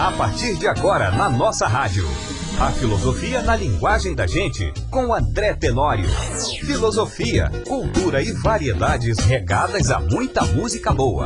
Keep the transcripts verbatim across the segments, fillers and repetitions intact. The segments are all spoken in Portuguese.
A partir de agora, na nossa rádio. A filosofia na linguagem da gente, com André Tenório. Filosofia, cultura e variedades regadas a muita música boa.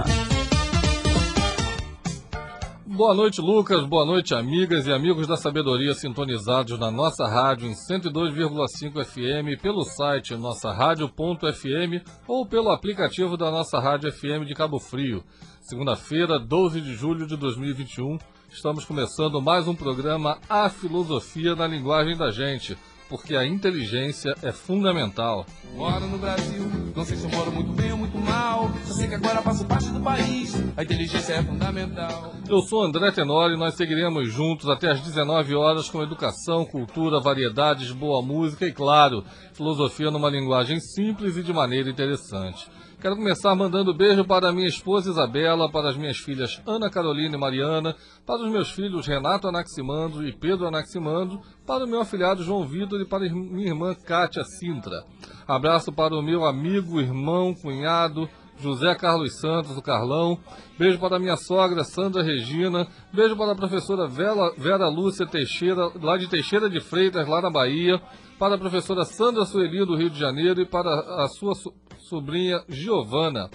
Boa noite, Lucas. Boa noite, amigas e amigos da sabedoria sintonizados na nossa rádio em cento e dois vírgula cinco F M, pelo site nossa rádio ponto F M ou pelo aplicativo da nossa rádio F M de Cabo Frio. Segunda-feira, doze de julho de dois mil e vinte e um, estamos começando mais um programa A Filosofia na Linguagem da Gente, porque a inteligência é fundamental. Moro no Brasil, não sei se eu moro muito bem ou muito mal, só sei que agora faço parte do país, a inteligência é fundamental. Eu sou André Tenório e nós seguiremos juntos até às dezenove horas com educação, cultura, variedades, boa música e, claro, filosofia numa linguagem simples e de maneira interessante. Quero começar mandando beijo para minha esposa Isabela, para as minhas filhas Ana Carolina e Mariana, para os meus filhos Renato Anaximandro e Pedro Anaximandro, para o meu afilhado João Vitor e para minha irmã Kátia Sintra. Abraço para o meu amigo, irmão, cunhado, José Carlos Santos, o Carlão. Beijo para a minha sogra, Sandra Regina. Beijo para a professora Vera, Vera Lúcia Teixeira, lá de Teixeira de Freitas, lá na Bahia. Para a professora Sandra Sueli, do Rio de Janeiro. E para a sua so sobrinha Giovana.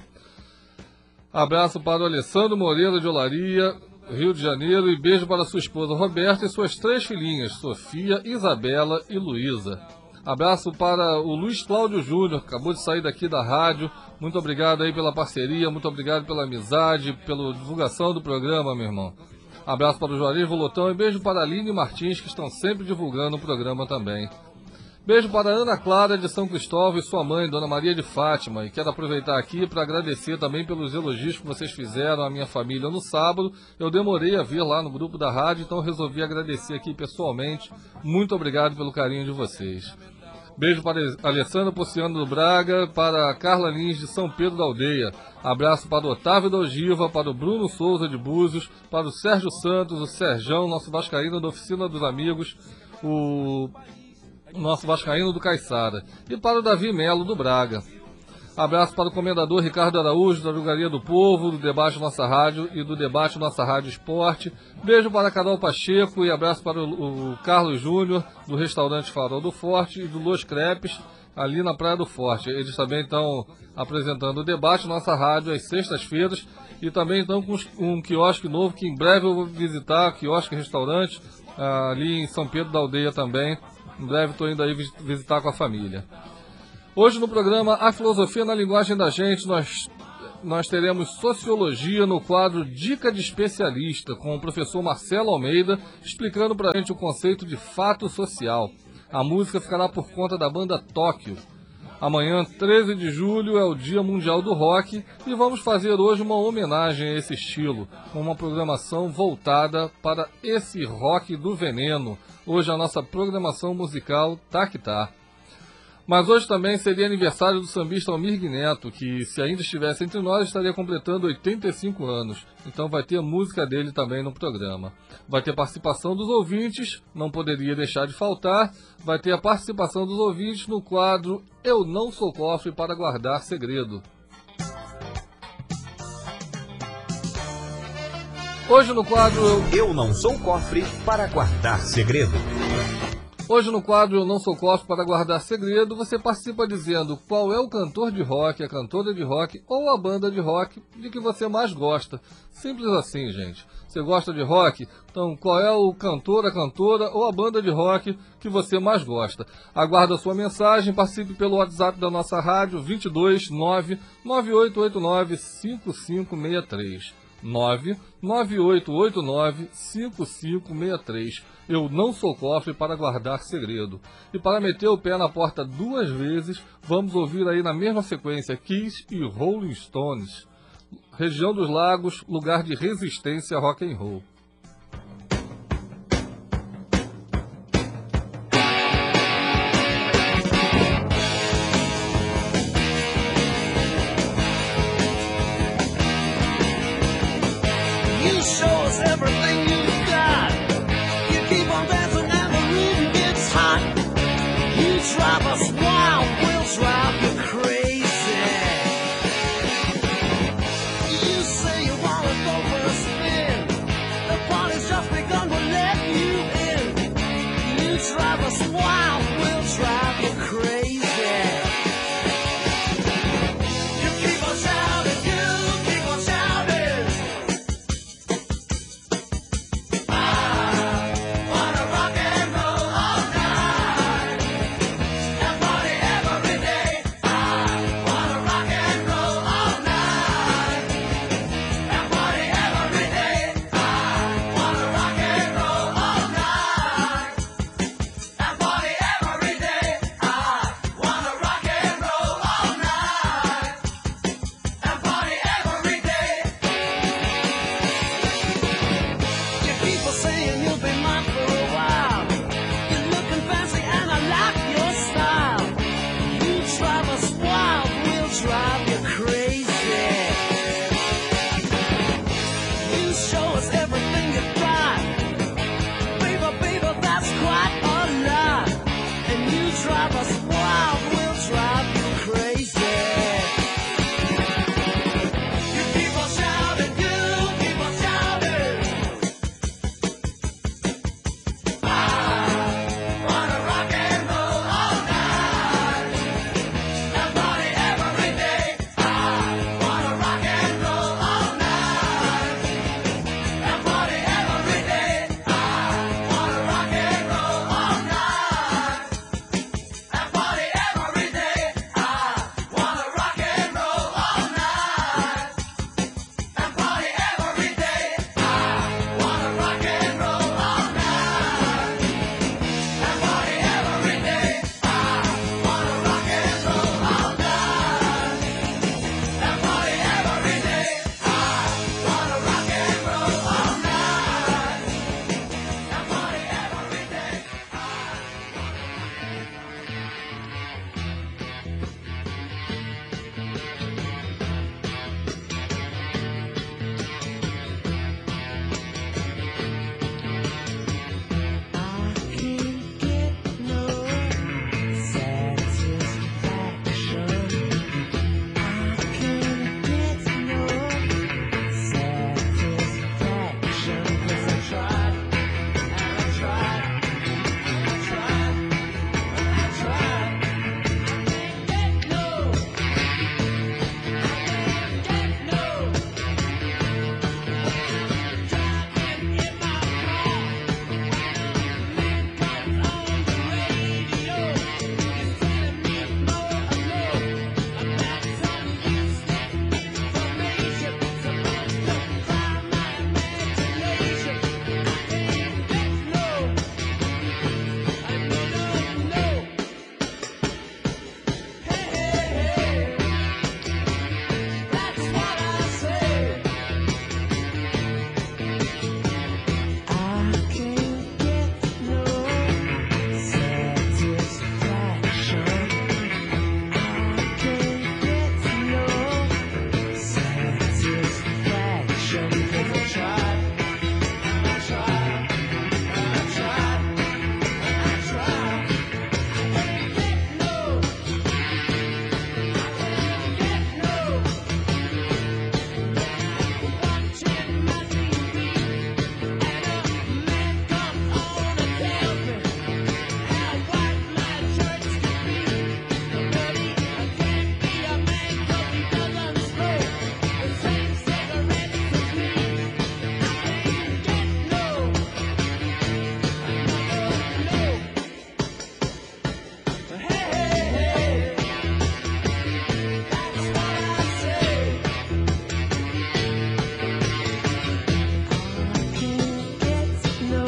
Abraço para o Alessandro Moreira de Olaria, Rio de Janeiro. E beijo para a sua esposa Roberta e suas três filhinhas, Sofia, Isabela e Luísa. Abraço para o Luiz Cláudio Júnior, acabou de sair daqui da rádio. Muito obrigado aí pela parceria, muito obrigado pela amizade, pela divulgação do programa, meu irmão. Abraço para o Juarez Volotão e beijo para a Aline Martins, que estão sempre divulgando o programa também. Beijo para a Ana Clara de São Cristóvão e sua mãe, Dona Maria de Fátima. E quero aproveitar aqui para agradecer também pelos elogios que vocês fizeram à minha família no sábado. Eu demorei a vir lá no grupo da rádio, então resolvi agradecer aqui pessoalmente. Muito obrigado pelo carinho de vocês. Beijo para Alessandra Pociano do Braga, para a Carla Lins de São Pedro da Aldeia. Abraço para o Otávio da Ogiva, para o Bruno Souza de Búzios, para o Sérgio Santos, o Serjão, nosso vascaíno da Oficina dos Amigos, o nosso vascaíno do Caiçara, e para o Davi Melo do Braga. Abraço para o comendador Ricardo Araújo, da Julgaria do Povo, do Debate Nossa Rádio e do Debate Nossa Rádio Esporte. Beijo para a Carol Pacheco e abraço para o, o Carlos Júnior, do Restaurante Farol do Forte e do Los Crepes, ali na Praia do Forte. Eles também estão apresentando o Debate Nossa Rádio às sextas-feiras e também estão com um quiosque novo que em breve eu vou visitar, quiosque e restaurante, ali em São Pedro da Aldeia também. Em breve estou indo aí visitar com a família. Hoje no programa A Filosofia na Linguagem da Gente, nós, nós teremos Sociologia no quadro Dica de Especialista, com o professor Marcelo Almeida, explicando para a gente o conceito de fato social. A música ficará por conta da banda Tóquio. Amanhã, treze de julho, é o Dia Mundial do Rock e vamos fazer hoje uma homenagem a esse estilo, com uma programação voltada para esse rock do veneno. Hoje a nossa programação musical tá que tá. Mas hoje também seria aniversário do sambista Almir Neto, que se ainda estivesse entre nós estaria completando oitenta e cinco anos. Então vai ter a música dele também no programa. Vai ter participação dos ouvintes, não poderia deixar de faltar. Vai ter a participação dos ouvintes no quadro Eu Não Sou Cofre para Guardar Segredo. Hoje no quadro Eu Não Sou Cofre para Guardar Segredo. Hoje no quadro Eu Não Sou Cofre para Guardar Segredo, você participa dizendo qual é o cantor de rock, a cantora de rock ou a banda de rock de que você mais gosta. Simples assim, gente. Você gosta de rock? Então qual é o cantor, a cantora ou a banda de rock que você mais gosta? Aguardo a sua mensagem, participe pelo WhatsApp da nossa rádio vinte e dois nove nove oito oito nove cinco cinco seis três. nove nove oito oito nove cinco cinco seis três. Eu não sou cofre para guardar segredo. E para meter o pé na porta duas vezes, vamos ouvir aí na mesma sequência Kiss e Rolling Stones. Região dos Lagos, lugar de resistência rock and roll. Just drive us wild, we'll drive you crazy. You keep on shouting, you keep on shouting. I wanna rock and roll all night and party every day. I wanna rock and roll all night and party every day. I wanna rock and roll all night and party every day. I wanna rock and roll all night and party every day. You people saying you'll be mine for a while. You're looking fancy and I like your style. You drive us wild, we'll drive you crazy. You show us everything you got. Baby, baby, that's quite a lot. And you drive us wild, we'll drive you crazy. You keep on shouting, you keep on shouting. I wanna rock and roll all night and party every day. I wanna rock and roll all night and party every day. I wanna rock and roll all night and party every day. I wanna rock and roll all night and party every day. I wanna rock and roll all night and party every day. I wanna rock and roll all night and party every day. I wanna rock and roll all night and party every day. I can't get no satisfaction. I can't get no satisfaction. 'Cause I tried, and I tried, and I tried, and I tried. I can't get no, I can't get no. Driving in my car. Man comes on the radio, he's telling me more and more about some useless information, supposed to prime my imagination. I can't get no, I no, no, no. Hey, hey, hey, that's what I say. I can't get no satisfaction. I can't get no satisfaction. 'Cause I tried, and I tried, and I tried, and I tried. I can't get no, I can't get no. Watching my T V. And a man comes on and tells me how white my shirts can be. But he can't be a man 'cause he doesn't smoke the same cigarettes as me. I can't get no, no, no. Hey, hey, hey, that's what I say. I can't get no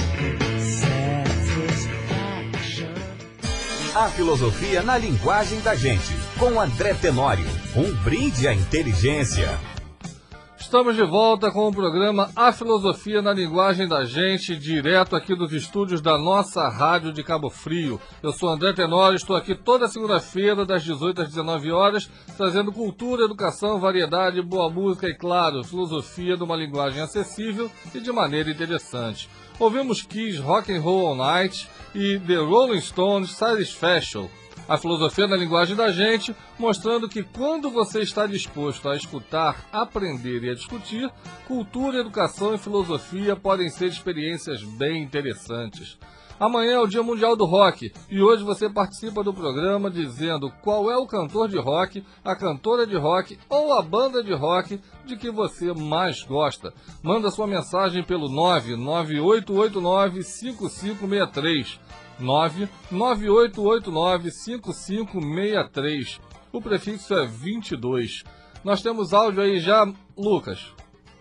satisfaction. A filosofia na linguagem da gente, com André Tenório. Um brinde à inteligência. Estamos de volta com o programa A Filosofia na Linguagem da Gente, direto aqui dos estúdios da nossa rádio de Cabo Frio. Eu sou André Tenório, estou aqui toda segunda-feira, das dezoito às dezenove horas, trazendo cultura, educação, variedade, boa música e, claro, filosofia numa linguagem acessível e de maneira interessante. Ouvimos Kiss, Rock and Roll All Night e The Rolling Stones, Satisfaction. A filosofia na linguagem da gente, mostrando que quando você está disposto a escutar, aprender e a discutir, cultura, educação e filosofia podem ser experiências bem interessantes. Amanhã é o Dia Mundial do Rock e hoje você participa do programa dizendo qual é o cantor de rock, a cantora de rock ou a banda de rock de que você mais gosta. Manda sua mensagem pelo nove nove oito oito nove cinco cinco seis três. nove nove oito oito nove cinco cinco seis três. O prefixo é vinte e dois. Nós temos áudio aí já, Lucas.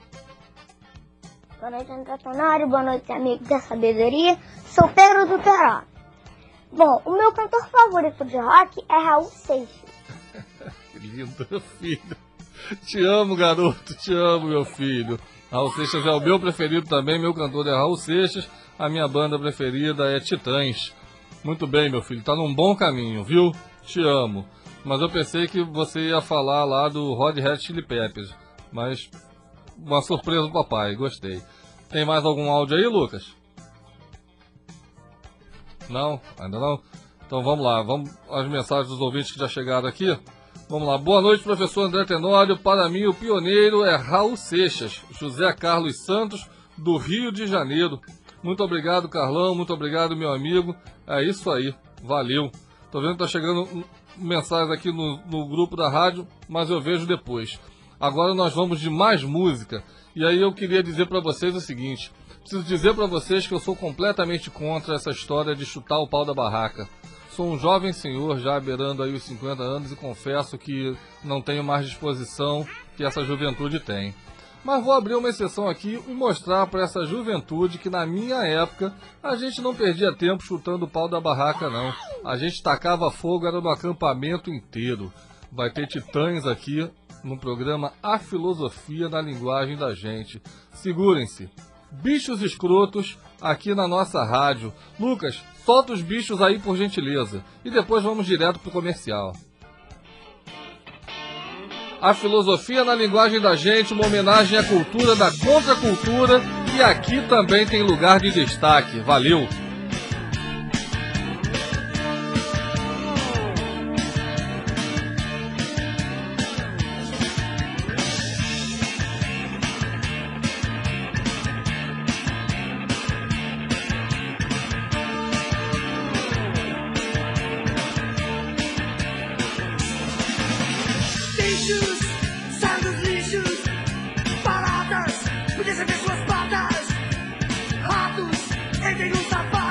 Boa noite, André Tenório. Boa noite, amigo da sabedoria. Sou Pedro do Teró. Bom, o meu cantor favorito de rock é Raul Seixas. Que lindo, meu filho. Te amo, garoto. Te amo, meu filho. Raul Seixas é o meu preferido também. Meu cantor é Raul Seixas. A minha banda preferida é Titãs. Muito bem, meu filho. Tá num bom caminho, viu? Te amo. Mas eu pensei que você ia falar lá do Red Hot Chili Peppers. Mas uma surpresa do papai. Gostei. Tem mais algum áudio aí, Lucas? Não? Ainda não? Então vamos lá. Vamos às mensagens dos ouvintes que já chegaram aqui. Vamos lá. Boa noite, professor André Tenório. Para mim, o pioneiro é Raul Seixas. José Carlos Santos, do Rio de Janeiro. Muito obrigado, Carlão. Muito obrigado, meu amigo. É isso aí. Valeu. Tô vendo que tá chegando mensagens aqui no, no grupo da rádio, mas eu vejo depois. Agora nós vamos de mais música. E aí eu queria dizer para vocês o seguinte. Preciso dizer para vocês que eu sou completamente contra essa história de chutar o pau da barraca. Sou um jovem senhor já beirando aí os cinquenta anos e confesso que não tenho mais disposição que essa juventude tem. Mas vou abrir uma exceção aqui e mostrar para essa juventude que na minha época a gente não perdia tempo chutando o pau da barraca não. A gente tacava fogo, era no acampamento inteiro. Vai ter Titãs aqui no programa A Filosofia na Linguagem da Gente. Segurem-se. Bichos escrotos aqui na nossa rádio. Lucas, solta os bichos aí por gentileza. E depois vamos direto pro comercial. A Filosofia na Linguagem da Gente, uma homenagem à cultura da contracultura. E aqui também tem lugar de destaque. Valeu! Entrem no sapato.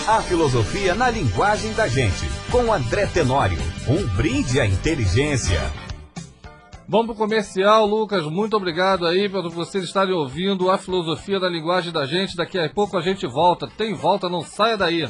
A filosofia na linguagem da gente, com André Tenório. Um brinde à inteligência. Vamos pro comercial, Lucas. Muito obrigado aí por vocês estarem ouvindo a filosofia da linguagem da gente. Daqui a pouco a gente volta. Tem volta, não saia daí.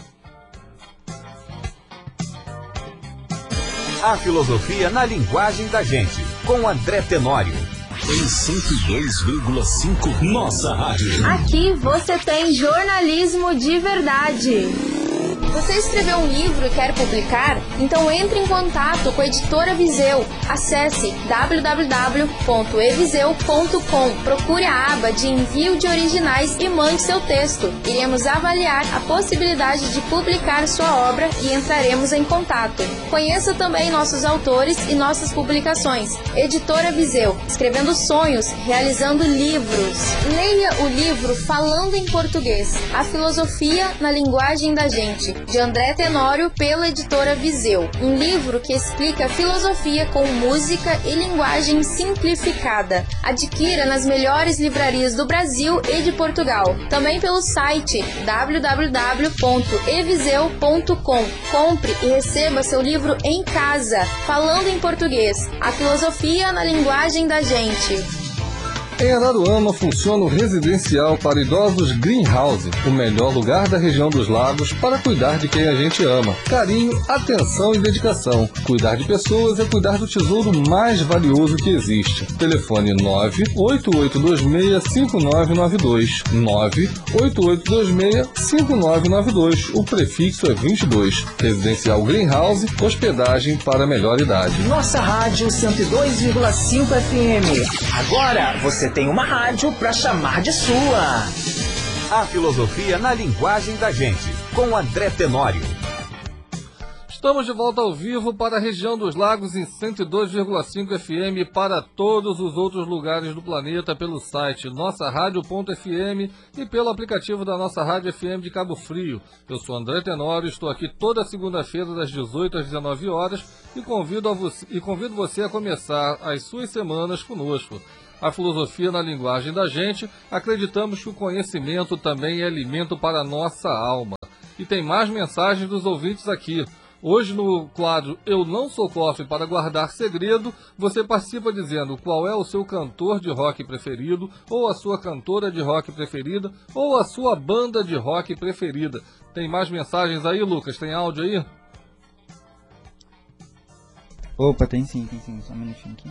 A filosofia na linguagem da gente, com André Tenório. Em cento e dois vírgula cinco, nossa rádio. Aqui você tem jornalismo de verdade. Você escreveu um livro e quer publicar? Então entre em contato com a Editora Viseu. Acesse w w w ponto e viseu ponto com. Procure a aba de envio de originais e mande seu texto. Iremos avaliar a possibilidade de publicar sua obra e entraremos em contato. Conheça também nossos autores e nossas publicações. Editora Viseu, escrevendo sonhos, realizando livros. Leia o livro Falando em Português, a filosofia na linguagem da gente, de André Tenório, pela Editora Viseu. Um livro que explica a filosofia com música e linguagem simplificada. Adquira nas melhores livrarias do Brasil e de Portugal. Também pelo site w w w ponto e viseu ponto com. Compre e receba seu livro em casa. Falando em Português, a filosofia na linguagem da gente. Em Araruama funciona o residencial para idosos Greenhouse, o melhor lugar da região dos lagos para cuidar de quem a gente ama. Carinho, atenção e dedicação. Cuidar de pessoas é cuidar do tesouro mais valioso que existe. Telefone nove oito oito dois seis cinco nove nove dois. nove oito oito dois seis cinco nove nove dois. O prefixo é vinte e dois. Residencial Greenhouse, hospedagem para a melhor idade. Nossa rádio cento e dois vírgula cinco F M. Agora você tem uma rádio para chamar de sua. A filosofia na linguagem da gente, com André Tenório. Estamos de volta ao vivo para a região dos lagos em cento e dois vírgula cinco F M e para todos os outros lugares do planeta pelo site nossa rádio ponto f m e pelo aplicativo da Nossa Rádio F M de Cabo Frio. Eu sou André Tenório, estou aqui toda segunda-feira das dezoito às dezenove horas e convido, a você, e convido você a começar as suas semanas conosco. A filosofia na linguagem da gente, acreditamos que o conhecimento também é alimento para a nossa alma. E tem mais mensagens dos ouvintes aqui. Hoje no quadro Eu Não Sou Cofre para Guardar Segredo, você participa dizendo qual é o seu cantor de rock preferido, ou a sua cantora de rock preferida, ou a sua banda de rock preferida. Tem mais mensagens aí, Lucas? Tem áudio aí? Opa, tem sim, tem sim. Só um minutinho aqui.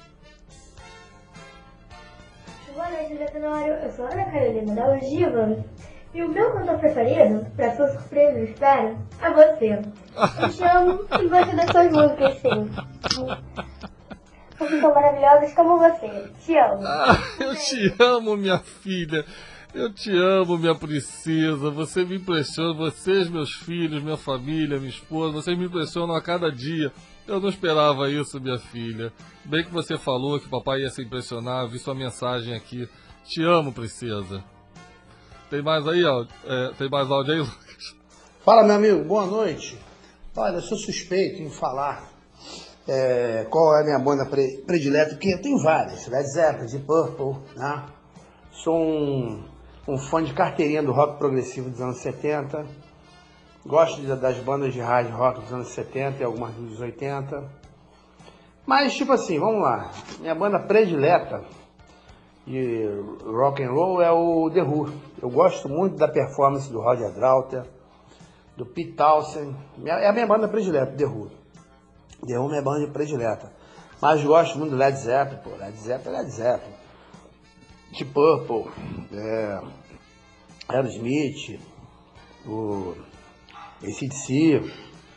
Boa noite, André Tenório. Eu sou a Ana Carolina da Ogiva. E o meu cantor preferido, pra sua surpresa, espero, é você. Eu te amo e gosto das suas músicas, sim. Vocês são maravilhosas como você. Te amo. Ah, eu te amo, minha filha. Eu te amo, minha princesa. Você me impressiona. Vocês, meus filhos, minha família, minha esposa, vocês me impressionam a cada dia. Eu não esperava isso, minha filha. Bem que você falou que papai ia se impressionar. Vi sua mensagem aqui. Te amo, princesa. Tem mais aí, ó. É, tem mais áudio aí, Lucas? Fala, meu amigo. Boa noite. Olha, eu sou suspeito em falar é, qual é a minha banda pre predileta, porque eu tenho várias. Led Zeppelin, Deep Purple, né? Sou um, um fã de carteirinha do rock progressivo dos anos setenta. Gosto de, das bandas de hard rock dos anos setenta e algumas dos oitenta. Mas, tipo assim, vamos lá. Minha banda predileta de rock and roll é o The Who. Eu gosto muito da performance do Roger Daltrey, do Pete Townshend. É a minha banda predileta, The Who. The Who é minha banda predileta. Mas gosto muito do Led Zeppelin, pô. Led Zeppelin é Led Zeppelin. Deep Purple, é, Aerosmith, o A C D C.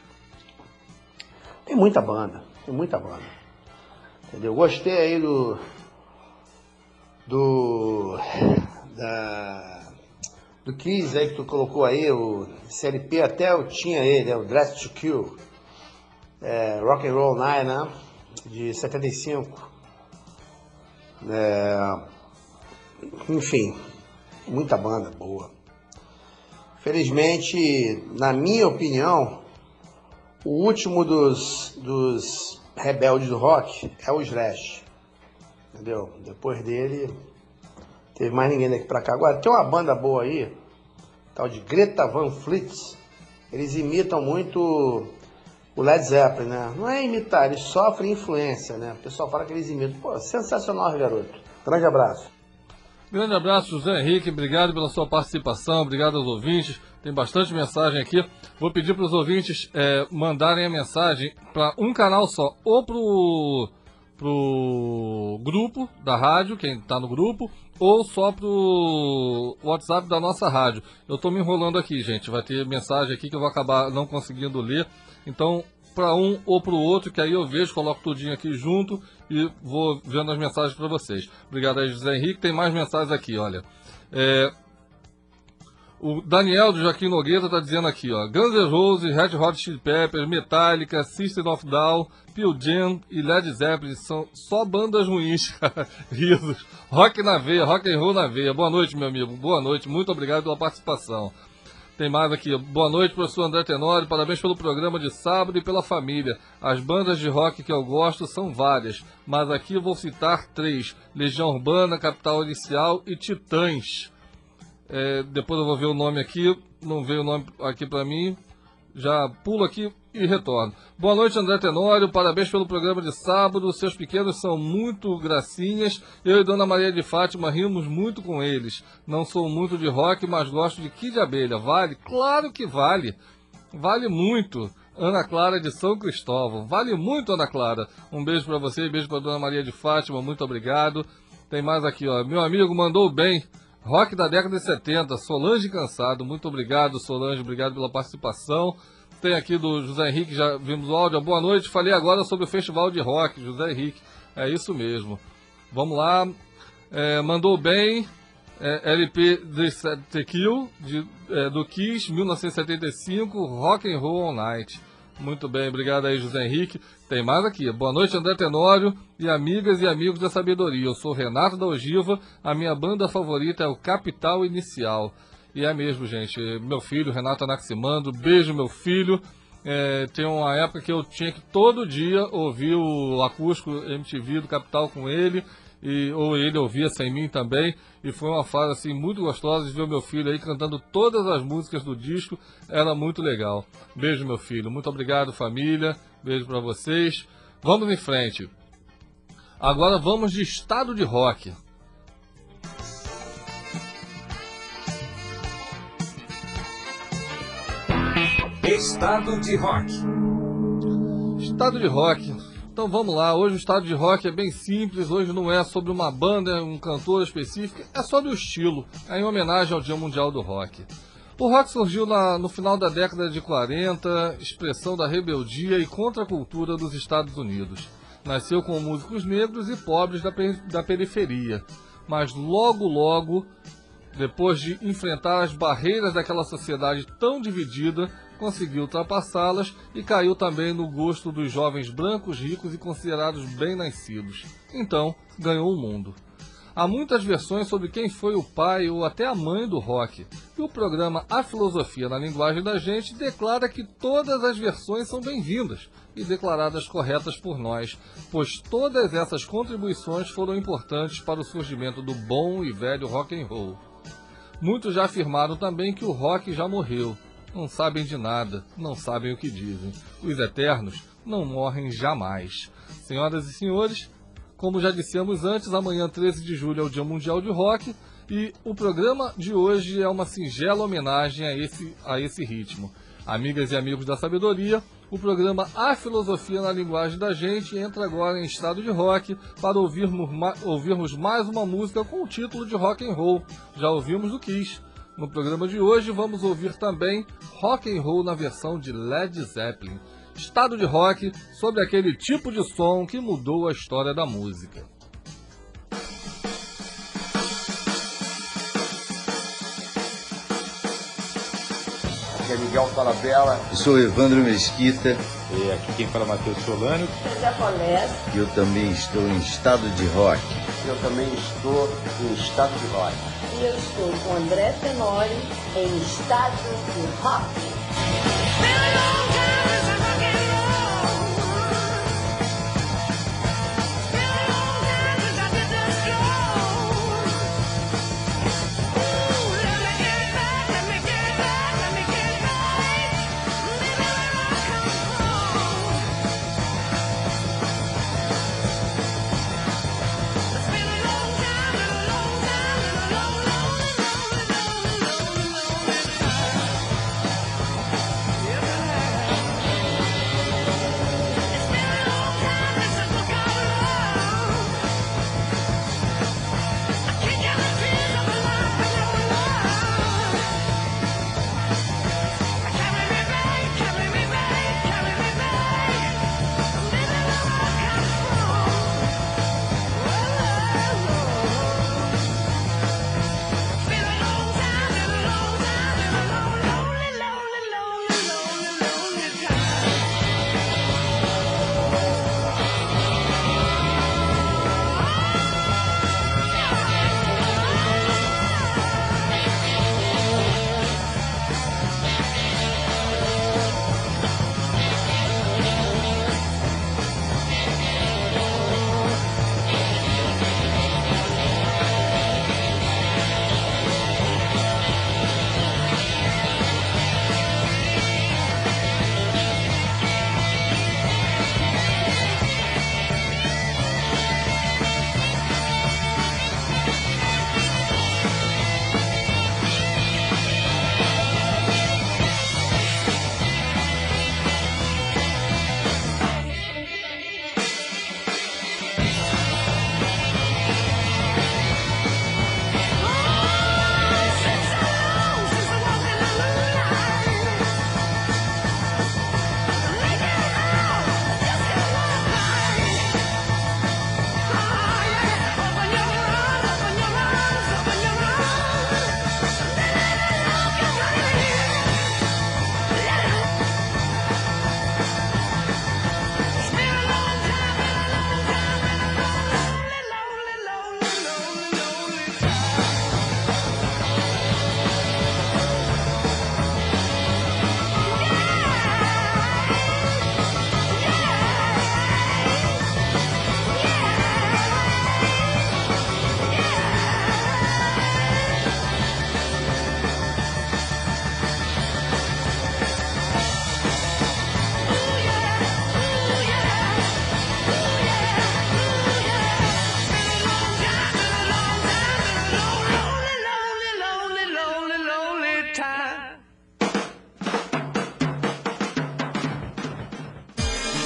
Tem muita banda, tem muita banda. Entendeu? Gostei aí do do da do Kiss aí que tu colocou aí, o C L P, até eu tinha ele, é o Dress to Kill, é, Rock and Roll Night, né, de setenta e cinco. É, enfim, muita banda boa. Felizmente, na minha opinião, o último dos, dos rebeldes do rock é o Slash. Entendeu? Depois dele, teve mais ninguém daqui pra cá. Agora, tem uma banda boa aí, tal de Greta Van Fleet. eles imitam muito o Led Zeppelin, né? Não é imitar, eles sofrem influência, né? O pessoal fala que eles imitam. Pô, sensacional, garoto. Grande abraço. Grande abraço, José Henrique. Obrigado pela sua participação. Obrigado aos ouvintes. Tem bastante mensagem aqui. Vou pedir para os ouvintes é, mandarem a mensagem para um canal só. Ou pro, pro grupo da rádio, quem está no grupo, ou só pro WhatsApp da nossa rádio. Eu estou me enrolando aqui, gente. Vai ter mensagem aqui que eu vou acabar não conseguindo ler. Então, para um ou para o outro, que aí eu vejo, coloco tudinho aqui junto e vou vendo as mensagens para vocês. Obrigado aí, José Henrique. Tem mais mensagens aqui, olha. É, o Daniel do Joaquim Nogueira está dizendo aqui, ó. Guns N' Roses, Red Hot Chili Peppers, Metallica, System of a Down, Pearl Jam e Led Zeppelin são só bandas ruins. Risos. Rock na veia, rock and roll na veia. Boa noite, meu amigo. Boa noite. Muito obrigado pela participação. Tem mais aqui. Boa noite, professor André Tenório. Parabéns pelo programa de sábado e pela família. As bandas de rock que eu gosto são várias, mas aqui eu vou citar três. Legião Urbana, Capital Inicial e Titãs. É, depois eu vou ver o nome aqui. Não veio o nome aqui para mim. Já pulo aqui e retorno. Boa noite, André Tenório. Parabéns pelo programa de sábado. Seus pequenos são muito gracinhas. Eu e Dona Maria de Fátima rimos muito com eles. Não sou muito de rock, mas gosto de Kid Abelha. Vale? Claro que vale. Vale muito. Ana Clara de São Cristóvão. Vale muito, Ana Clara. Um beijo para você e beijo para Dona Maria de Fátima. Muito obrigado. Tem mais aqui, ó. Meu amigo mandou bem. Rock da década de setenta, Solange Cansado. Muito obrigado, Solange. Obrigado pela participação. Tem aqui do José Henrique, já vimos o áudio. Boa noite. Falei agora sobre o Festival de Rock, José Henrique. É isso mesmo. Vamos lá. É, mandou bem. É, L P The Kill, de, é, do Kiss, mil novecentos e setenta e cinco, Rock and Roll All Night. Muito bem, obrigado aí, José Henrique. Tem mais aqui. Boa noite, André Tenório e amigas e amigos da sabedoria. Eu sou Renato da Ogiva, a minha banda favorita é o Capital Inicial. E é mesmo, gente. Meu filho, Renato Anaximandro, beijo, meu filho. É, tem uma época que eu tinha que todo dia ouvir o acústico M T V do Capital com ele, e, ou ele ouvia sem mim também, e foi uma fase assim muito gostosa de ver o meu filho aí cantando todas as músicas do disco, era muito legal. Beijo, meu filho, muito obrigado, família, beijo pra vocês. Vamos em frente. Agora vamos de estado de rock. Estado de rock. Estado de rock. Então vamos lá, hoje o estado de rock é bem simples, hoje não é sobre uma banda, um cantor específico, é sobre o estilo, é em homenagem ao Dia Mundial do Rock. O rock surgiu na, no final da década de quarenta, expressão da rebeldia e contracultura dos Estados Unidos. Nasceu com músicos negros e pobres da, da periferia, mas logo logo, depois de enfrentar as barreiras daquela sociedade tão dividida, conseguiu ultrapassá-las e caiu também no gosto dos jovens brancos, ricos e considerados bem-nascidos. Então, ganhou o mundo. Há muitas versões sobre quem foi o pai ou até a mãe do rock, e o programa A Filosofia na Linguagem da Gente declara que todas as versões são bem-vindas e declaradas corretas por nós, pois todas essas contribuições foram importantes para o surgimento do bom e velho rock and roll. Muitos já afirmaram também que o rock já morreu. Não sabem de nada, não sabem o que dizem. Os eternos não morrem jamais. Senhoras e senhores, como já dissemos antes, amanhã, treze de julho, é o Dia Mundial de Rock, e o programa de hoje é uma singela homenagem a esse, a esse ritmo. Amigas e amigos da sabedoria, o programa A Filosofia na Linguagem da Gente entra agora em estado de rock para ouvirmos, ouvirmos mais uma música com o título de rock and roll. Já ouvimos do Kiss. No programa de hoje vamos ouvir também rock and roll na versão de Led Zeppelin. Estado de rock sobre aquele tipo de som que mudou a história da música. Aqui é Miguel Falabella. Eu sou Evandro Mesquita. E aqui quem fala é Matheus Solano. José Polés. E eu também estou em estado de rock. Eu também estou em estado de rock. E eu estou com André Tenório em estado de rock.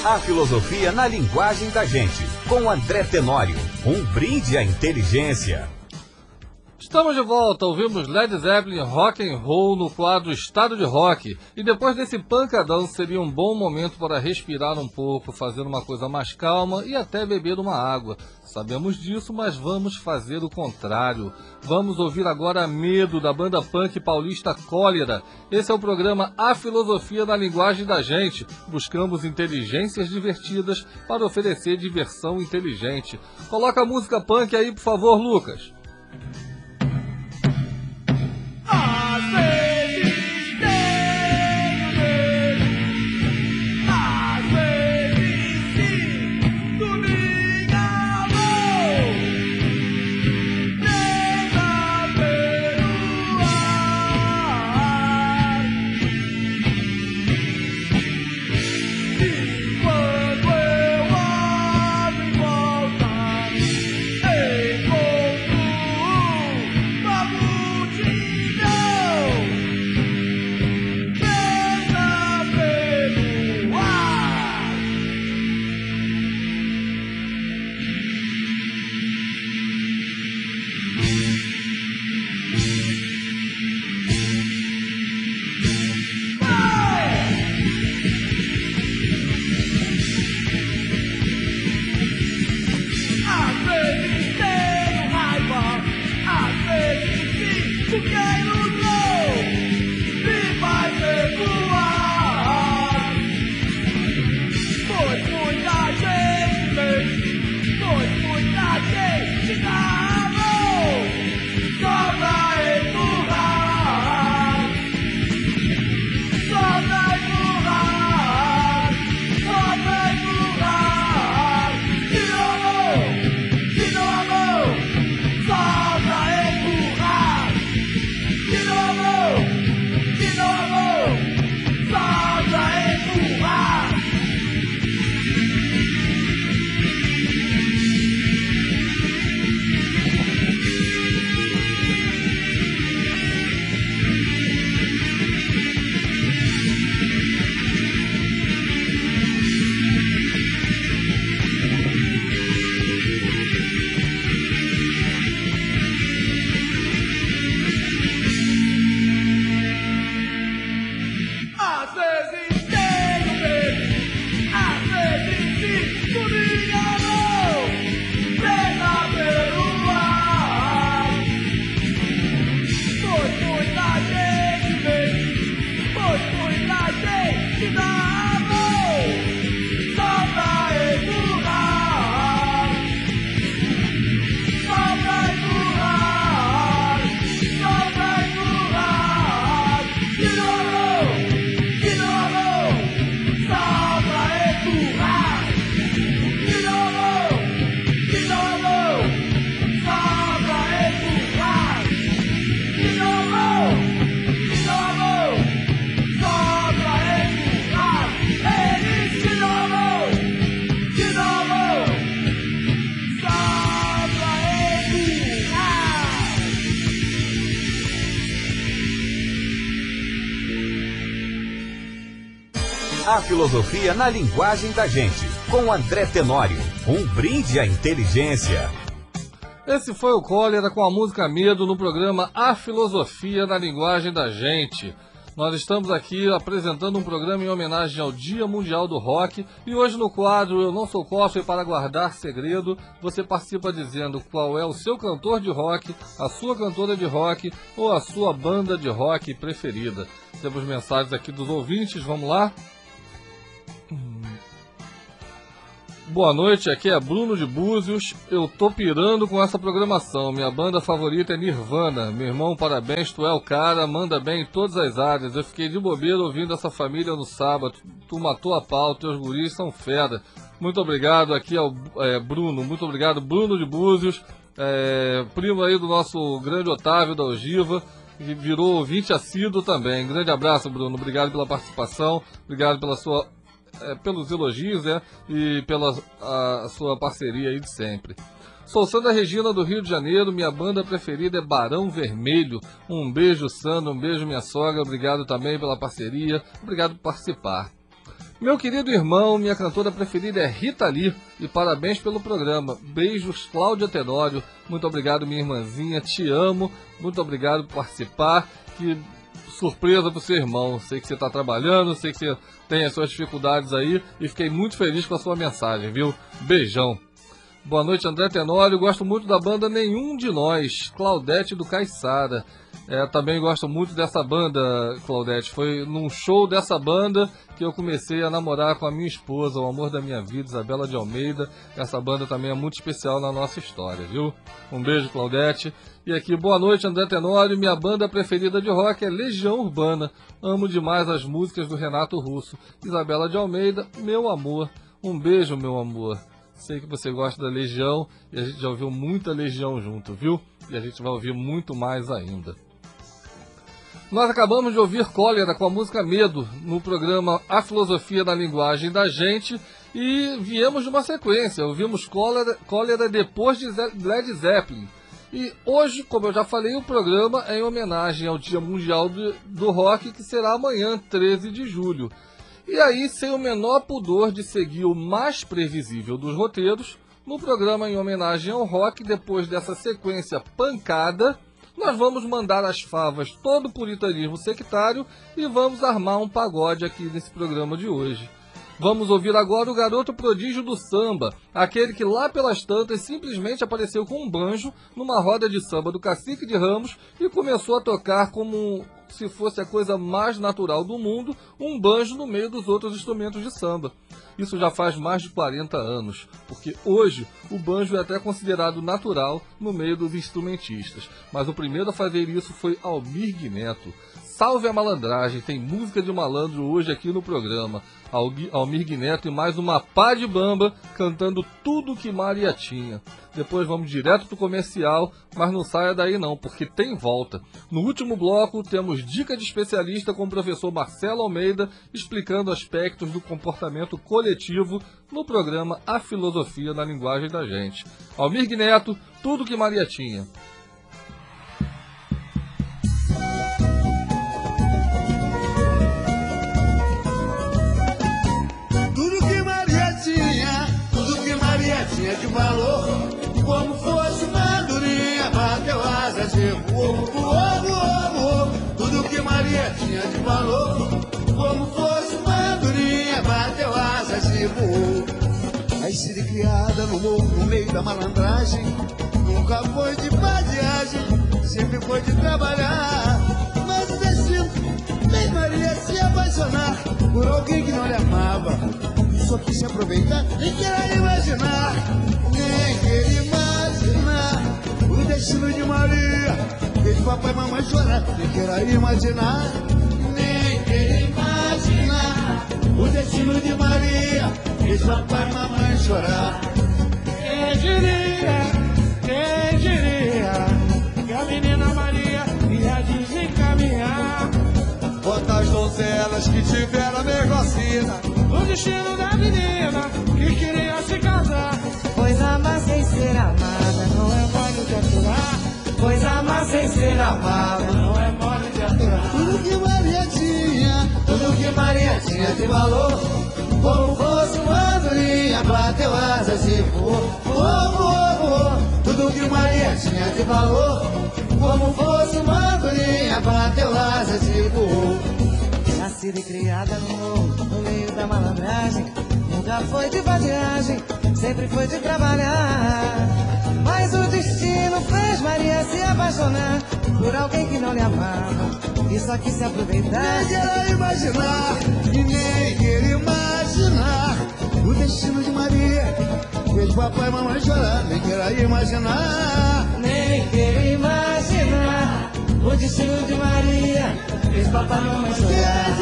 A filosofia na linguagem da gente, com André Tenório. Um brinde à inteligência. Estamos de volta, ouvimos Led Zeppelin Rock and Roll no quadro Estado de Rock. E depois desse pancadão seria um bom momento para respirar um pouco, fazer uma coisa mais calma e até beber uma água. Sabemos disso, mas vamos fazer o contrário. Vamos ouvir agora Medo, da banda punk paulista Cólera. Esse é o programa A Filosofia na Linguagem da Gente. Buscamos inteligências divertidas para oferecer diversão inteligente. Coloca a música punk aí, por favor, Lucas. Às vezes tenho medo, às vezes sinto minha mão, tenta perdoar. E quando eu olho em volta, encontro uma multidão. Às vezes tenho raiva, às vezes sinto que é ilusão me faz recuar. Pois muita gente mente, pois muita gente dá a mão só pra empurrar, só pra empurrar, só pra empurrar. Tirou a mão, tirou a mão, só pra empurrar. Tirou a mão, tirou a mão, só pra empurrar. Às vezes tenho medo, às vezes sinto minha mão, tenta perdoar. Pois muita gente mente, pois muita gente dá a mão só pra empurrar, só pra empurrar, só pra empurrar. Tirou a mão, tirou a mão, só pra empurrar. Tirou a mão, tirou a mão, só pra empurrar. Tirou a mão, tirou a mão, só pra empurrar. Ele tirou a mão, tirou a mão, só pra empurrar. A filosofia na linguagem da gente, com André Tenório. Um brinde à inteligência. Esse foi o Cólera com a música Medo no programa A Filosofia na Linguagem da Gente. Nós estamos aqui apresentando um programa em homenagem ao Dia Mundial do Rock e hoje no quadro Eu Não Sou Cofre para Guardar Segredo, você participa dizendo qual é o seu cantor de rock, a sua cantora de rock ou a sua banda de rock preferida. Temos mensagens aqui dos ouvintes, vamos lá? Boa noite, aqui é Bruno de Búzios. Eu tô pirando com essa programação. Minha banda favorita é Nirvana. Meu irmão, parabéns, tu é o cara, manda bem em todas as áreas. Eu fiquei de bobeira ouvindo essa família no sábado. Tu matou a pau, teus guris são fera. Muito obrigado, aqui é o é, Bruno. Muito obrigado, Bruno de Búzios, é, primo aí do nosso grande Otávio da Ogiva, que virou ouvinte assíduo também. Grande abraço, Bruno. Obrigado pela participação, obrigado pela sua... É, pelos elogios, né, e pela a, a sua parceria aí de sempre. Sou Sandra Regina do Rio de Janeiro, minha banda preferida é Barão Vermelho. Um beijo, Sandra, um beijo, minha sogra, obrigado também pela parceria, obrigado por participar. Meu querido irmão, minha cantora preferida é Rita Lee, e parabéns pelo programa. Beijos, Cláudia Tenório. Muito obrigado, minha irmãzinha, te amo. Muito obrigado por participar. Que surpresa pro seu irmão. Sei que você está trabalhando, sei que você tem as suas dificuldades aí, e fiquei muito feliz com a sua mensagem, viu? Beijão. Boa noite, André Tenório. Gosto muito da banda Nenhum de Nós, Claudete do Caiçara. É, também gosto muito dessa banda, Claudete. Foi num show dessa banda que eu comecei a namorar com a minha esposa, o amor da minha vida, Isabela de Almeida. Essa banda também é muito especial na nossa história, viu? Um beijo, Claudete. E aqui, boa noite, André Tenório. Minha banda preferida de rock é Legião Urbana. Amo demais as músicas do Renato Russo. Isabela de Almeida, meu amor. Um beijo, meu amor. Sei que você gosta da Legião e a gente já ouviu muita Legião junto, viu? E a gente vai ouvir muito mais ainda. Nós acabamos de ouvir Cólera com a música Medo no programa A Filosofia da Linguagem da Gente e viemos de uma sequência. Ouvimos Cólera, Cólera depois de Led Zeppelin. E hoje, como eu já falei, o programa é em homenagem ao Dia Mundial do, do Rock, que será amanhã, treze de julho. E aí, sem o menor pudor de seguir o mais previsível dos roteiros, no programa em homenagem ao rock, depois dessa sequência pancada, nós vamos mandar as favas todo o puritanismo sectário e vamos armar um pagode aqui nesse programa de hoje. Vamos ouvir agora o garoto prodígio do samba, aquele que lá pelas tantas simplesmente apareceu com um banjo numa roda de samba do Cacique de Ramos e começou a tocar como se fosse a coisa mais natural do mundo, um banjo no meio dos outros instrumentos de samba. Isso já faz mais de quarenta anos, porque hoje o banjo é até considerado natural no meio dos instrumentistas. Mas o primeiro a fazer isso foi Almir Neto. Salve a malandragem, tem música de malandro hoje aqui no programa. Almir Neto e mais uma pá de bamba cantando tudo que Maria tinha. Depois vamos direto pro comercial, mas não saia daí não, porque tem volta. No último bloco temos dica de especialista com o professor Marcelo Almeida explicando aspectos do comportamento coletivo no programa A Filosofia na Linguagem da Gente. Almir Neto, tudo que Maria tinha. Tinha de valor, como fosse uma andorinha, bateu asas e voou, voou, voou, voou. Tudo que Maria tinha de valor, como fosse uma andorinha, bateu asas e voou. Nascida e criada no morro, no meio da malandragem, nunca foi de vadiagem, sempre foi de trabalhar. Mas o destino fez Maria se apaixonar por alguém que não lhe amava. Só quis se aproveitar, nem queira imaginar, nem queira imaginar o destino de Maria. Fez papai e mamãe chorar, nem queira imaginar, nem queira imaginar o destino de Maria. Fez papai e mamãe chorar. Quem diria, quem diria que a menina Maria ia desencaminhar. Quantas donzelas que tiveram a mesma sina, o destino da menina que queria se casar. Pois amar sem ser amada não é mole de aturar. Pois amar sem ser amada não é mole de aturar. Tudo que Maria tinha, tudo que Maria tinha de valor, como fosse uma andorinha, bateu asas e voou, voou, voou, voou. Tudo que Maria tinha de valor, como fosse uma andorinha, bateu asas e voou. Nascida e criada no morro, no meio da malandragem, nunca foi de vadiagem, sempre foi de trabalhar. Mas o destino fez Maria se apaixonar por alguém que não lhe amava e só quis se aproveitar. Nem queira imaginar, e nem queira imaginar o destino de Maria. Fez papai e mamãe chorar, nem queira imaginar, nem queira imaginar o destino de Maria. Fez papai e mamãe chorar.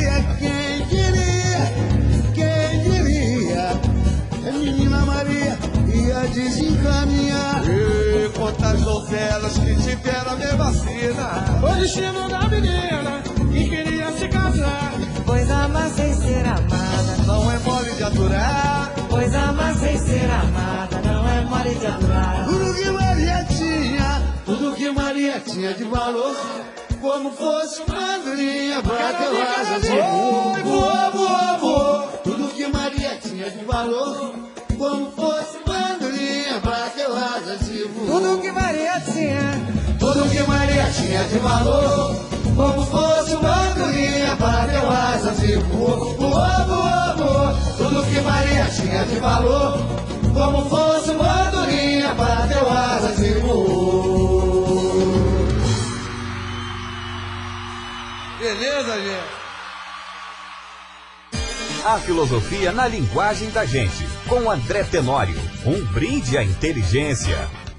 Quem diria, quem diria, quem diria, a menina Maria ia desencaminhar. E quantas donzelas que tiveram a mesma sina, o destino da menina que queria se casar. Pois amar sem ser amada não é mole de aturar. Pois amar sem ser amada não é mole de aturar. Tudo que Maria tinha, tudo que Maria tinha de valor, como fosse uma andorinha, bateu asas e voou, voou, voou, voou. tinha de valor, como fosse uma andorinha, bateu asas e voou, voou, voou, voou. Tudo que Maria tinha de valor, como fosse uma andorinha, bateu asas e voou. Beleza, gente? A filosofia na linguagem da gente, com André Tenório. Um brinde à inteligência.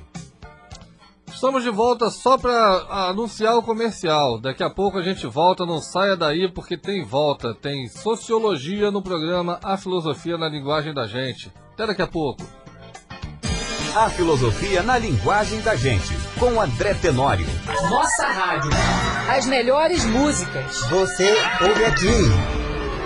Estamos de volta só para anunciar o comercial. Daqui a pouco a gente volta, não saia daí porque tem volta. Tem sociologia no programa A Filosofia na Linguagem da Gente. Até daqui a pouco. A filosofia na linguagem da gente, com André Tenório. Nossa rádio. As melhores músicas. Você ouve aqui.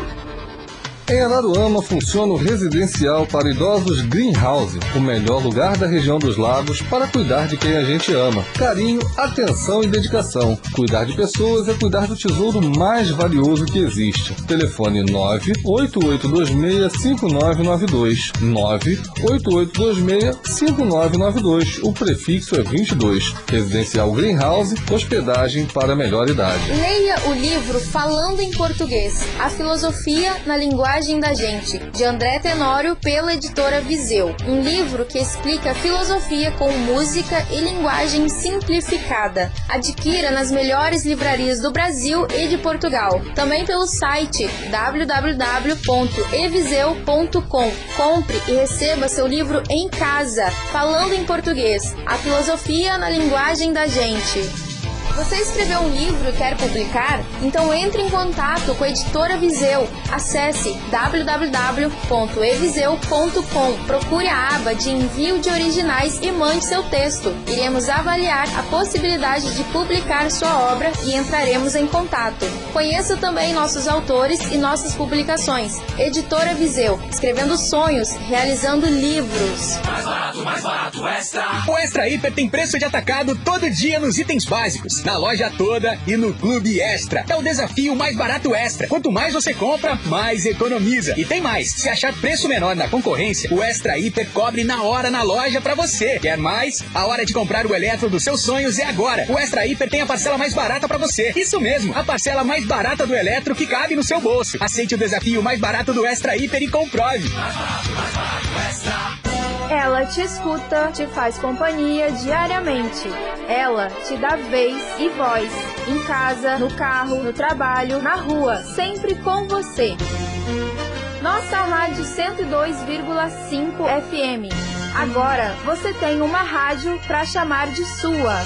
Em Araruama funciona o residencial para idosos Greenhouse, o melhor lugar da região dos lagos para cuidar de quem a gente ama. Carinho, atenção e dedicação. Cuidar de pessoas é cuidar do tesouro mais valioso que existe. Telefone nove oito oito dois seis cinco nove nove dois. nove oito oito dois seis cinco nove nove dois. O prefixo é vinte e dois. Residencial Greenhouse, hospedagem para a melhor idade. Leia o livro Falando em Português, a filosofia na linguagem da gente, de André Tenório, pela editora Viseu. Um livro que explica a filosofia com música e linguagem simplificada. Adquira nas melhores livrarias do Brasil e de Portugal. Também pelo site w w w ponto e viseu ponto com. Compre e receba seu livro em casa. Falando em Português, a filosofia na linguagem da gente. Você escreveu um livro e quer publicar? Então entre em contato com a editora Viseu. Acesse w w w ponto e viseu ponto com. Procure a aba de envio de originais e mande seu texto. Iremos avaliar a possibilidade de publicar sua obra e entraremos em contato. Conheça também nossos autores e nossas publicações. Editora Viseu, escrevendo sonhos, realizando livros. Mais barato, mais barato, Extra. O Extra Hiper tem preço de atacado todo dia nos itens básicos, na loja toda e no Clube Extra. É o desafio mais barato Extra. Quanto mais você compra, mais economiza. E tem mais, se achar preço menor na concorrência, o Extra Hiper cobre na hora na loja pra você. Quer mais? A hora de comprar o eletro dos seus sonhos é agora. O Extra Hiper tem a parcela mais barata pra você. Isso mesmo, a parcela mais barata do eletro que cabe no seu bolso. Aceite o desafio mais barato do Extra Hiper e comprove. Mais barato, mais barato, Extra. Ela te escuta, te faz companhia diariamente. Ela te dá vez e voz. Em casa, no carro, no trabalho, na rua, sempre com você. Nossa Rádio cento e dois vírgula cinco F M. Agora você tem uma rádio para chamar de sua.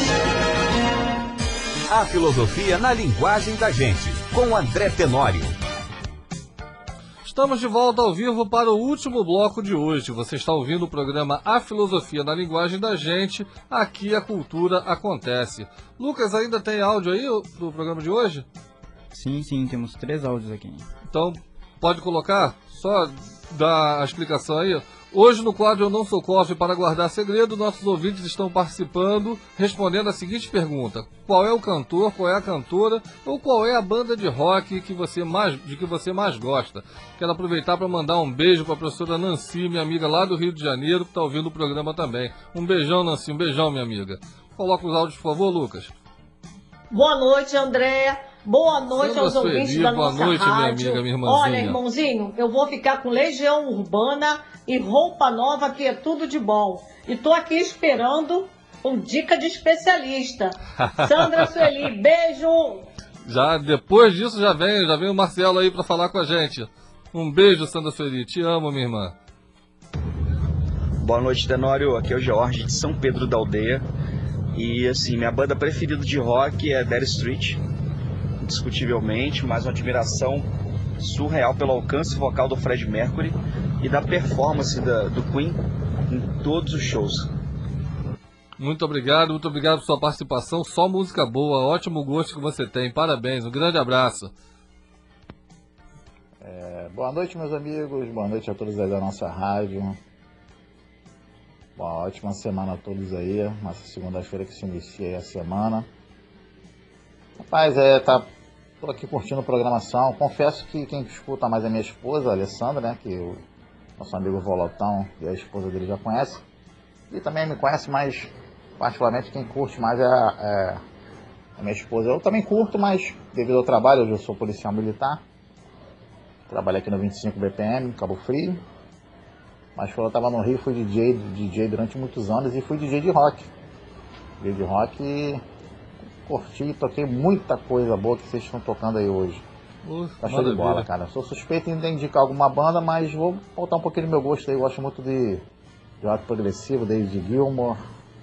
A filosofia na linguagem da gente, com André Tenório. Estamos de volta ao vivo para o último bloco de hoje. Você está ouvindo o programa A Filosofia na Linguagem da Gente. Aqui a cultura acontece. Lucas, ainda tem áudio aí do programa de hoje? Sim, sim, temos três áudios aqui. Então, pode colocar? Só dar a explicação aí. Hoje no quadro Eu Não Sou Cofre para Guardar Segredo, nossos ouvintes estão participando, respondendo a seguinte pergunta: qual é o cantor, qual é a cantora ou qual é a banda de rock que você mais, de que você mais gosta? Quero aproveitar para mandar um beijo para a professora Nancy, minha amiga lá do Rio de Janeiro, que está ouvindo o programa também. Um beijão, Nancy, um beijão, minha amiga. Coloca os áudios, por favor, Lucas. Boa noite, André. Boa noite aos ouvintes da nossa boa noite, rádio. minha amiga, minha irmãzinha. Olha, irmãozinho, eu vou ficar com Legião Urbana e Roupa Nova, que é tudo de bom. E tô aqui esperando um dica de especialista. Sandra Sueli, beijo! Já, depois disso já vem, já vem o Marcelo aí para falar com a gente. Um beijo, Sandra Sueli. Te amo, minha irmã. Boa noite, Tenório. Aqui é o Jorge de São Pedro da Aldeia. E assim, minha banda preferida de rock é Dire Street, indiscutivelmente, mas uma admiração surreal pelo alcance vocal do Freddie Mercury e da performance da, do Queen em todos os shows. Muito obrigado, muito obrigado por sua participação. Só música boa, ótimo gosto que você tem. Parabéns, um grande abraço. É, boa noite, meus amigos. Boa noite a todos aí da nossa rádio. Uma ótima semana a todos aí. Nossa segunda-feira que se inicia aí a semana. Rapaz, é, tá, tô aqui curtindo a programação. Confesso que quem escuta mais é minha esposa, a Alessandra, né? Que o nosso amigo Volotão e a esposa dele já conhece. E também me conhece mais, particularmente, quem curte mais é a, é a minha esposa. Eu também curto, mas devido ao trabalho, hoje eu sou policial militar. Trabalho aqui no vinte e cinco B P M, Cabo Frio. Mas quando eu estava no Rio, fui D J, D J durante muitos anos e fui D J de rock. D J de rock e curti e toquei muita coisa boa que vocês estão tocando aí hoje. Uh, tá show de bola, cara. Sou suspeito em indicar alguma banda, mas vou voltar um pouquinho do meu gosto aí. Eu gosto muito de, de rock progressivo, David Gilmour,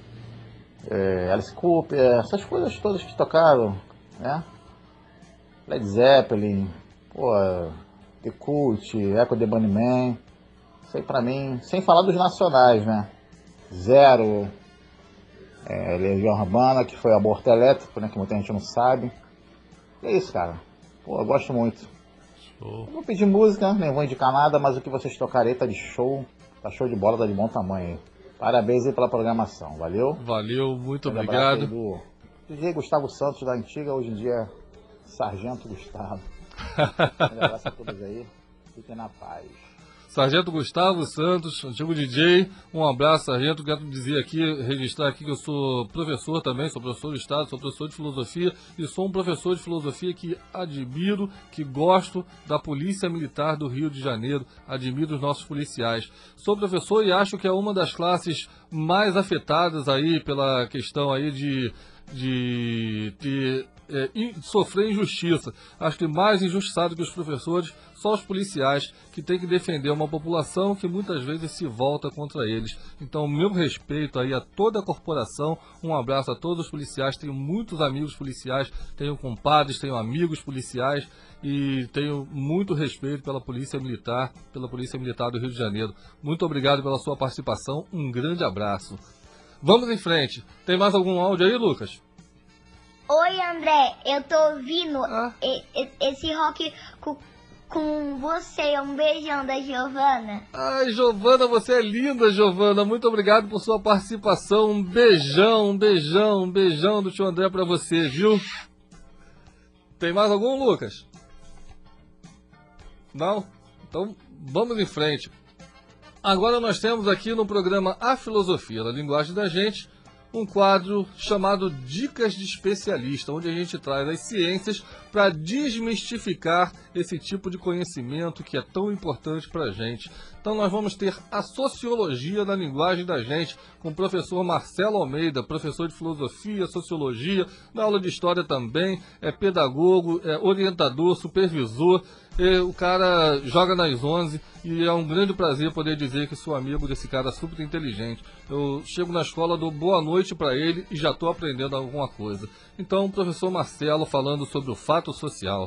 é, Alice Cooper, essas coisas todas que tocaram, né? Led Zeppelin, pô, The Cult, Echo the Bunnymen. Isso aí pra mim, sem falar dos nacionais, né? Zero, é, Legião Urbana, que foi aborto elétrico, né? Que muita gente não sabe. E é isso, cara. Pô, eu gosto muito. Show. Eu vou pedir música, nem vou indicar nada, mas o que vocês tocarem tá de show. Tá show de bola, tá de bom tamanho aí. Parabéns aí pela programação, valeu? Valeu, muito Um obrigado. Do D J Gustavo Santos, da antiga, hoje em dia Sargento Gustavo. Um abraço a todos aí, fiquem na paz. Sargento Gustavo Santos, antigo D J, um abraço, Sargento. Quero dizer aqui, registrar aqui que eu sou professor também, sou professor de Estado, sou professor de filosofia e sou um professor de filosofia que admiro, que gosto da Polícia Militar do Rio de Janeiro, admiro os nossos policiais. Sou professor e acho que é uma das classes mais afetadas aí pela questão aí de, de ter... É, sofrer injustiça. Acho que mais injustiçado que os professores, só os policiais, que têm que defender uma população que muitas vezes se volta contra eles. Então, meu respeito aí a toda a corporação, um abraço a todos os policiais, tenho muitos amigos policiais, tenho compadres, tenho amigos policiais e tenho muito respeito pela Polícia Militar, pela Polícia Militar do Rio de Janeiro. Muito obrigado pela sua participação, um grande abraço. Vamos em frente. Tem mais algum áudio aí, Lucas? Oi, André, eu tô ouvindo ah. e, e, esse rock com, com você. Um beijão da Giovana. Ai, Giovana, você é linda, Giovana. Muito obrigado por sua participação. Um beijão, um beijão, um beijão do tio André pra você, viu? Tem mais algum, Lucas? Não? Então, vamos em frente. Agora nós temos aqui no programa A Filosofia da Linguagem da Gente um quadro chamado Dicas de Especialista, onde a gente traz as ciências para desmistificar esse tipo de conhecimento que é tão importante para a gente. Então nós vamos ter a Sociologia na Linguagem da Gente, com o professor Marcelo Almeida, professor de Filosofia, Sociologia, na aula de História também, é pedagogo, é orientador, supervisor, o cara joga nas onze e é um grande prazer poder dizer que sou amigo desse cara super inteligente. Eu chego na escola, dou boa noite para ele e já estou aprendendo alguma coisa. Então, o professor Marcelo falando sobre o fato social.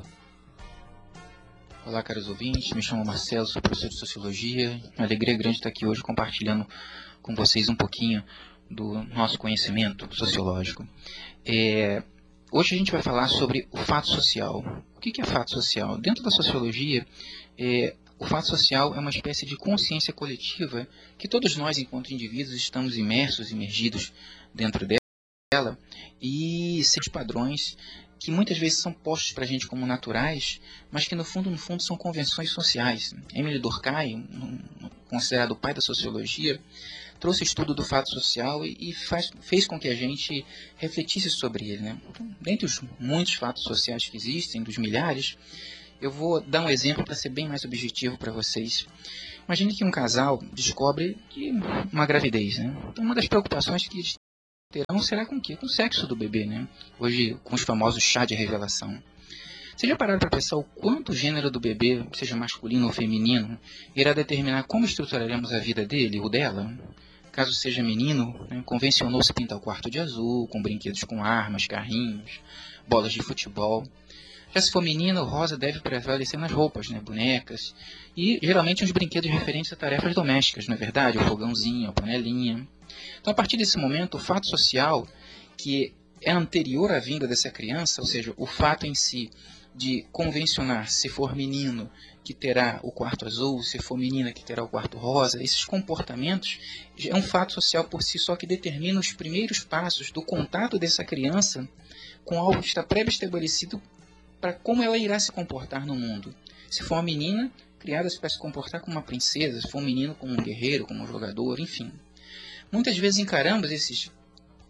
Olá, caros ouvintes, me chamo Marcelo, sou professor de Sociologia. Uma alegria grande estar aqui hoje compartilhando com vocês um pouquinho do nosso conhecimento sociológico. É... Hoje a gente vai falar sobre o fato social. O que é fato social? Dentro da sociologia, é, o fato social é uma espécie de consciência coletiva que todos nós, enquanto indivíduos, estamos imersos, imergidos dentro dela, e seus padrões que muitas vezes são postos para a gente como naturais, mas que no fundo, no fundo, são convenções sociais. Emile Durkheim, um, considerado o pai da sociologia, trouxe estudo do fato social e, e faz, fez com que a gente refletisse sobre ele, né? Então, dentre os muitos fatos sociais que existem, dos milhares, eu vou dar um exemplo para ser bem mais objetivo para vocês. Imagine que um casal descobre que uma gravidez, né? Então, uma das preocupações que eles terão será com o quê? Com o sexo do bebê, né? Hoje, com os famosos chá de revelação. Vocês já pararam para pensar o quanto o gênero do bebê, seja masculino ou feminino, irá determinar como estruturaremos a vida dele ou dela? Caso seja menino, né, convencionou-se pintar o quarto de azul, com brinquedos com armas, carrinhos, bolas de futebol. Já se for menina, o rosa deve prevalecer nas roupas, né, bonecas, e geralmente uns brinquedos referentes a tarefas domésticas, não é verdade? O fogãozinho, a panelinha. Então, a partir desse momento, o fato social, que é anterior à vinda dessa criança, ou seja, o fato em si de convencionar, se for menino, que terá o quarto azul, se for menina, que terá o quarto rosa, esses comportamentos é um fato social por si só que determina os primeiros passos do contato dessa criança com algo que está prévio estabelecido para como ela irá se comportar no mundo. Se for uma menina, criada para se comportar como uma princesa, se for um menino, como um guerreiro, como um jogador, enfim. Muitas vezes encaramos esses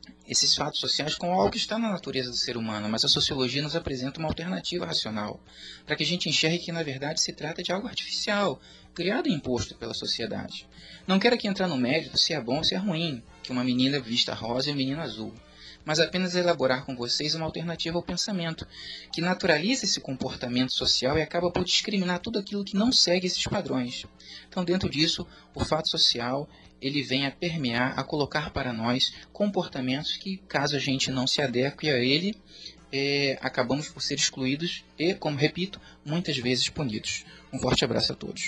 esses fatos sociais com algo que está na natureza do ser humano, mas a sociologia nos apresenta uma alternativa racional, para que a gente enxergue que na verdade se trata de algo artificial, criado e imposto pela sociedade. Não quero aqui entrar no mérito se é bom ou se é ruim, que uma menina vista rosa e um menino azul, mas apenas elaborar com vocês uma alternativa ao pensamento, que naturaliza esse comportamento social e acaba por discriminar tudo aquilo que não segue esses padrões. Então, dentro disso, o fato social, ele vem a permear, a colocar para nós comportamentos que, caso a gente não se adeque a ele, é, acabamos por ser excluídos e, como repito, muitas vezes punidos. Um forte abraço a todos.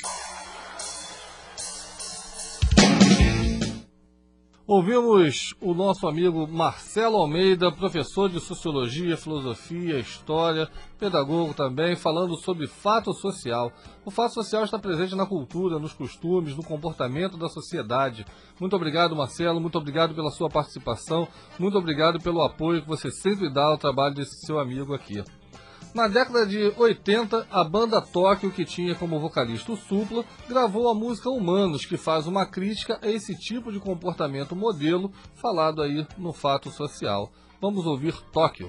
Ouvimos o nosso amigo Marcelo Almeida, professor de Sociologia, Filosofia, História, pedagogo também, falando sobre fato social. O fato social está presente na cultura, nos costumes, no comportamento da sociedade. Muito obrigado, Marcelo, muito obrigado pela sua participação, muito obrigado pelo apoio que você sempre dá ao trabalho desse seu amigo aqui. Na década de oitenta, a banda Tóquio, que tinha como vocalista o Supla, gravou a música Humanos, que faz uma crítica a esse tipo de comportamento modelo falado aí no fato social. Vamos ouvir Tóquio.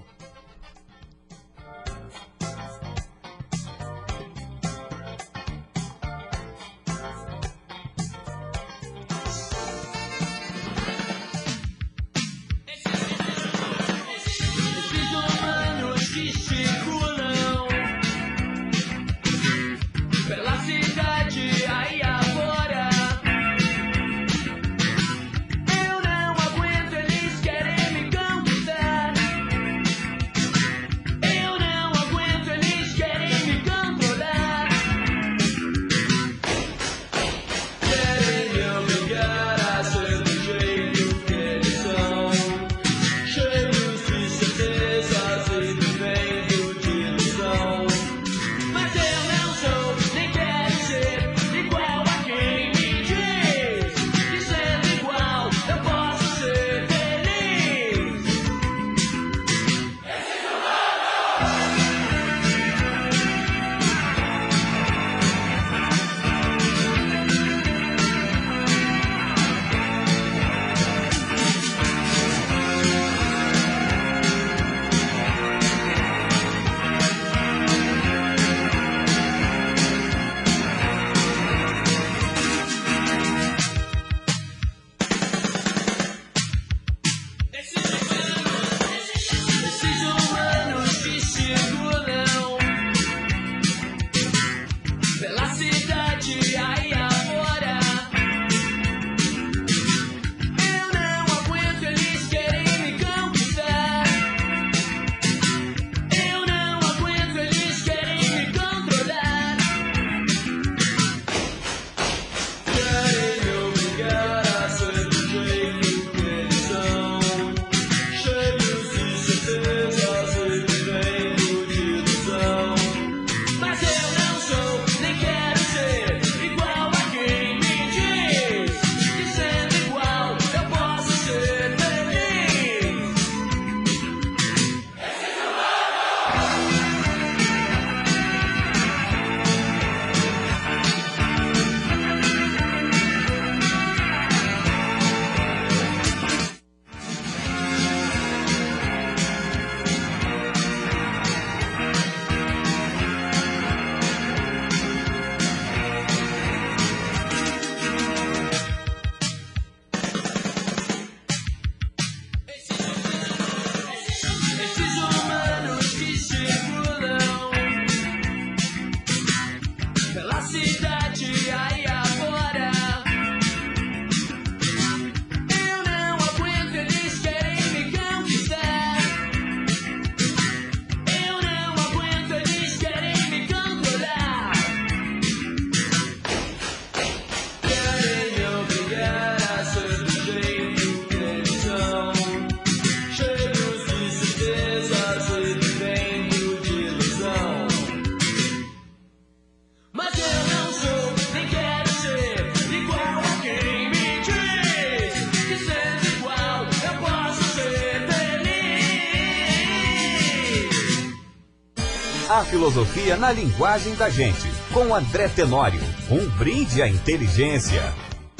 A filosofia na linguagem da gente, com André Tenório. Um brinde à inteligência.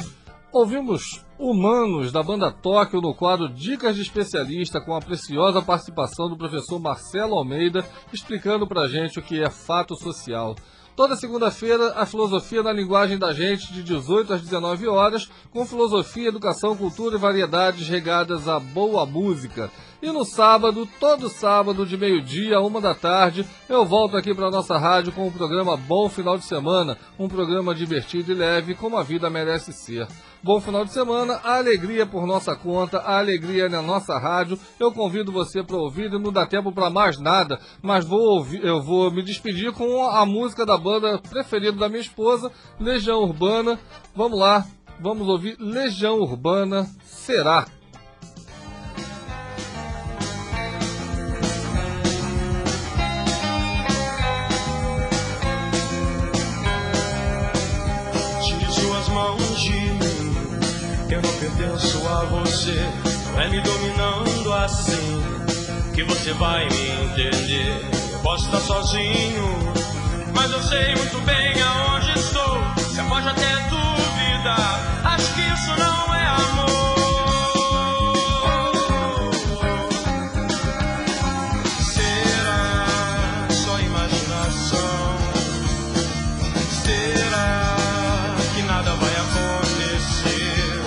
Ouvimos Humanos, da banda Tóquio, no quadro Dicas de Especialista, com a preciosa participação do professor Marcelo Almeida, explicando pra gente o que é fato social. Toda segunda-feira, a Filosofia na Linguagem da Gente, de dezoito às dezenove horas, com filosofia, educação, cultura e variedades regadas à boa música. E no sábado, todo sábado, de meio-dia a uma da tarde, eu volto aqui para a nossa rádio com o programa Bom Final de Semana, um programa divertido e leve, como a vida merece ser. Bom final de semana, a alegria por nossa conta, a alegria na nossa rádio. Eu convido você para ouvir e não dá tempo para mais nada, mas vou ouvir, eu vou me despedir com a música da banda preferida da minha esposa, Legião Urbana. Vamos lá, vamos ouvir Legião Urbana, Será? Tire suas mãos de mim, eu não pertenço a você. Não é me dominando assim que você vai me entender. Eu posso estar sozinho, mas eu sei muito bem aonde estou. Você pode até duvidar, acho que isso não é amor. Será só imaginação? Será que nada vai acontecer?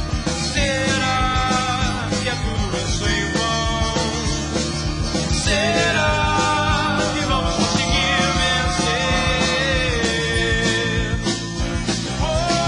Será que é tudo isso em vão? Será que vamos conseguir vencer? Oh,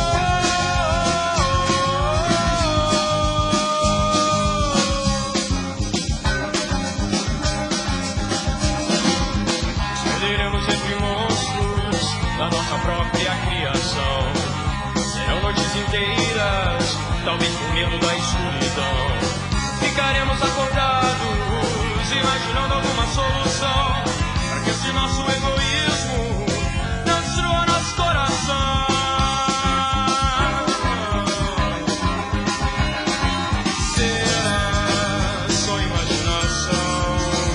escolheremos entre monstros da nossa própria criação. Serão noites inteiras, talvez por medo da escuridão. Ficaremos acordados, imaginando alguma solução, para que esse nosso egoísmo não destrua nosso coração. Será só imaginação?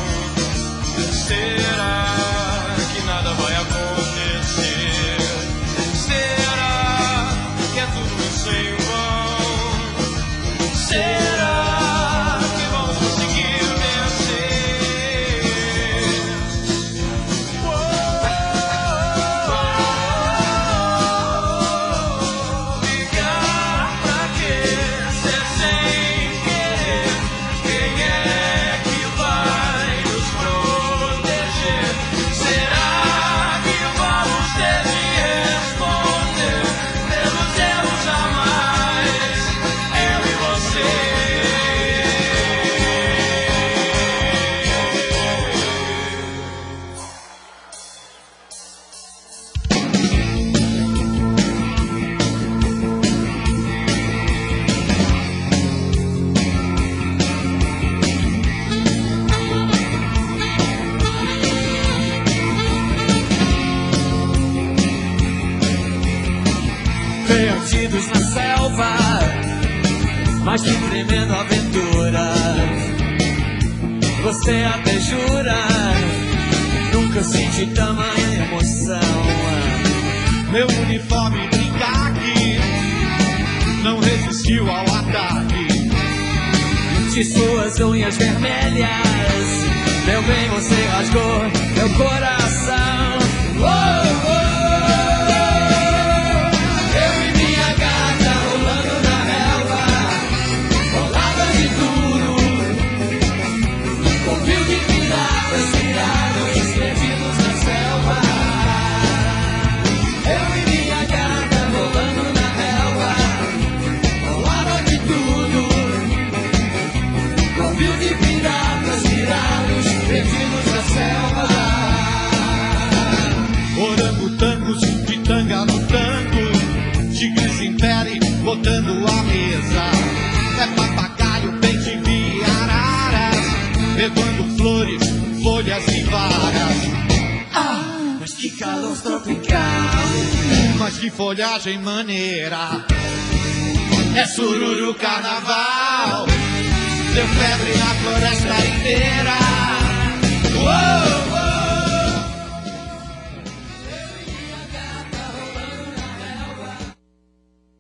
Será que nada vai acontecer? Será que é tudo isso em vão? Será que vamos conseguir vencer? Oh, ligar pra quê? Ser sem querer. Quem é que vai nos proteger? Será que vamos ter de responder pelos erros jamais? Eu e você. Perdidos na selva, mas que tremenda aventura. Você até jura, nunca senti tamanha emoção. Meu uniforme brinca aqui, não resistiu ao ataque. De suas unhas vermelhas, meu bem, você rasgou meu coração. Oh, oh. Eu e minha gata rolando na relva, rolada de tudo, com fio de piratas virados, perdidos na selva. Eu e minha gata rolando na relva, rolada de tudo, com fio de piratas virados, perdidos na selva. Orangotangos de tanga no tango, tigres em pele botando a mesa. É papagaio, pente e araras, levando flores, folhas e varas. Ah, mas que calor tropical, Mas que folhagem maneira. É sururu carnaval, deu febre na floresta inteira. Uou!